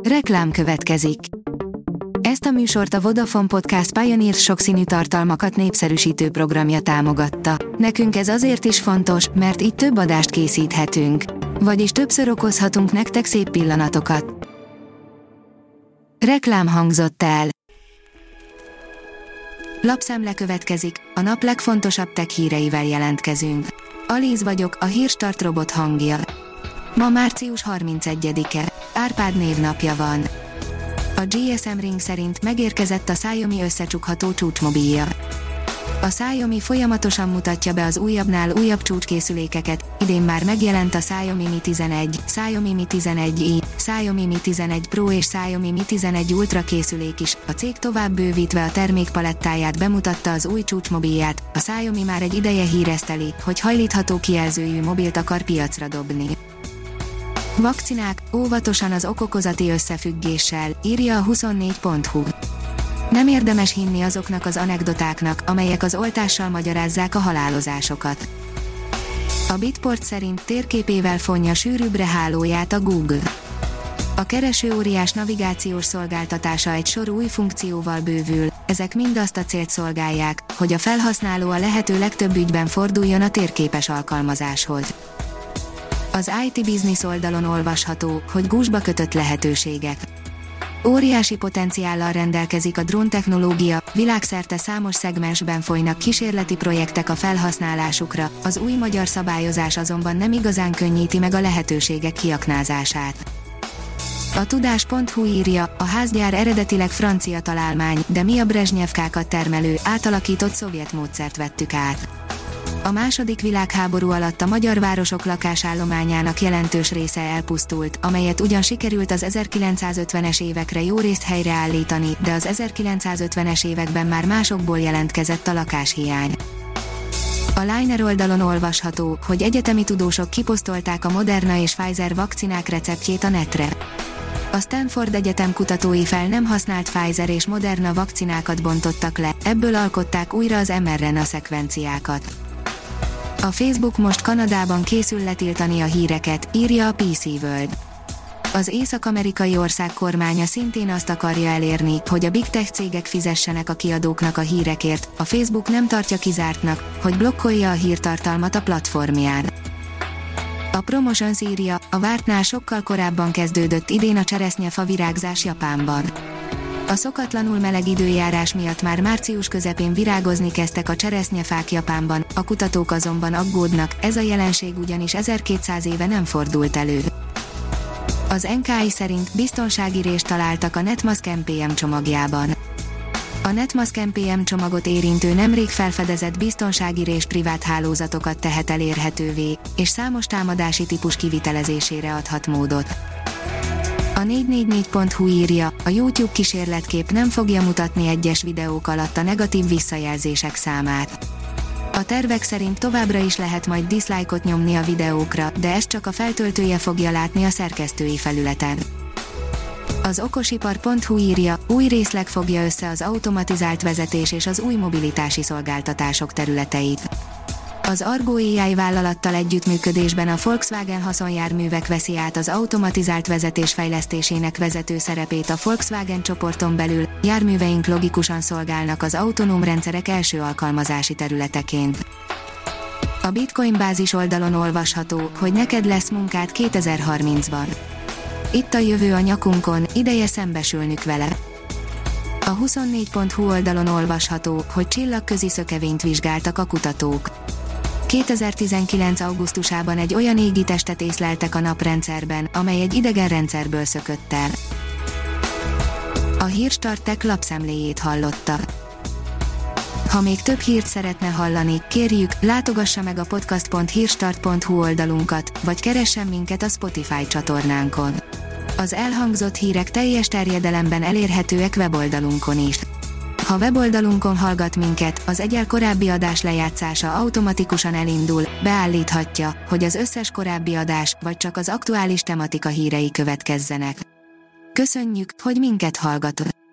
Reklám következik. Ezt a műsort a Vodafone Podcast Pioneer sokszínű tartalmakat népszerűsítő programja támogatta. Nekünk ez azért is fontos, mert így több adást készíthetünk. Vagyis többször okozhatunk nektek szép pillanatokat. Reklám hangzott el. Lapszemle következik, a nap legfontosabb tech híreivel jelentkezünk. Alíz vagyok, a Hírstart robot hangja. Ma március 31-e, Árpád névnapja van. A GSM Ring szerint megérkezett a Xiaomi összecsukható csúcsmobilja. A Xiaomi folyamatosan mutatja be az újabbnál újabb csúcskészülékeket, idén már megjelent a Xiaomi Mi 11, Xiaomi Mi 11i, Xiaomi Mi 11 Pro és Xiaomi Mi 11 Ultra készülék is, a cég tovább bővítve a termékpalettáját bemutatta az új csúcsmobilját, a Xiaomi már egy ideje híreszteli, hogy hajlítható kijelzőjű mobilt akar piacra dobni. Vakcinák, óvatosan az okokozati összefüggéssel, írja a 24.hu. Nem érdemes hinni azoknak az anekdotáknak, amelyek az oltással magyarázzák a halálozásokat. A Bitport szerint térképével fonja sűrűbbre hálóját a Google. A keresőóriás navigációs szolgáltatása egy sor új funkcióval bővül, ezek mind azt a célt szolgálják, hogy a felhasználó a lehető legtöbb ügyben forduljon a térképes alkalmazáshoz. Az IT Business oldalon olvasható, hogy gúzsba kötött lehetőségek. Óriási potenciállal rendelkezik a dróntechnológia, világszerte számos szegmensben folynak kísérleti projektek a felhasználásukra, az új magyar szabályozás azonban nem igazán könnyíti meg a lehetőségek kiaknázását. A tudás.hu írja, a házgyár eredetileg francia találmány, de mi a Brezsnyevkákat termelő, átalakított szovjet módszert vettük át. A második világháború alatt a magyar városok lakásállományának jelentős része elpusztult, amelyet ugyan sikerült az 1950-es évekre jórészt helyreállítani, de az 1950-es években már másokból jelentkezett a lakáshiány. A Liner oldalon olvasható, hogy egyetemi tudósok kiposztolták a Moderna és Pfizer vakcinák receptjét a netre. A Stanford Egyetem kutatói fel nem használt Pfizer és Moderna vakcinákat bontottak le, ebből alkották újra az mRNA szekvenciákat. A Facebook most Kanadában készül letiltani a híreket, írja a PC World. Az észak-amerikai ország kormánya szintén azt akarja elérni, hogy a Big Tech cégek fizessenek a kiadóknak a hírekért, a Facebook nem tartja kizártnak, hogy blokkolja a hírtartalmat a platformján. A Promotions írja, a vártnál sokkal korábban kezdődött idén a cseresznyefa virágzás Japánban. A szokatlanul meleg időjárás miatt már március közepén virágozni kezdtek a cseresznyefák Japánban, a kutatók azonban aggódnak, ez a jelenség ugyanis 1200 éve nem fordult elő. Az NKI szerint biztonsági rést találtak a NetMask NPM csomagjában. A NetMask NPM csomagot érintő nemrég felfedezett biztonsági rés privát hálózatokat tehet elérhetővé, és számos támadási típus kivitelezésére adhat módot. A 444.hu írja, a YouTube kísérletkép nem fogja mutatni egyes videók alatt a negatív visszajelzések számát. A tervek szerint továbbra is lehet majd dislike-ot nyomni a videókra, de ezt csak a feltöltője fogja látni a szerkesztői felületen. Az okosipar.hu írja, új részleg fogja össze az automatizált vezetés és az új mobilitási szolgáltatások területeit. Az Argo AI vállalattal együttműködésben a Volkswagen haszonjárművek veszi át az automatizált vezetés fejlesztésének vezető szerepét a Volkswagen csoporton belül, járműveink logikusan szolgálnak az autonóm rendszerek első alkalmazási területeként. A Bitcoin bázis oldalon olvasható, hogy neked lesz munkád 2030-ban. Itt a jövő a nyakunkon, ideje szembesülnünk vele. A 24.hu oldalon olvasható, hogy csillagközi szökevényt vizsgáltak a kutatók. 2019. augusztusában egy olyan égitestet észleltek a naprendszerben, amely egy idegen rendszerből szökött el. A Hírstart Tech lapszemléjét hallotta. Ha még több hírt szeretne hallani, kérjük, látogassa meg a podcast.hírstart.hu oldalunkat, vagy keressen minket a Spotify csatornánkon. Az elhangzott hírek teljes terjedelemben elérhetőek weboldalunkon is. Ha weboldalunkon hallgat minket, az egyel korábbi adás lejátszása automatikusan elindul, beállíthatja, hogy az összes korábbi adás, vagy csak az aktuális tematika hírei következzenek. Köszönjük, hogy minket hallgatod!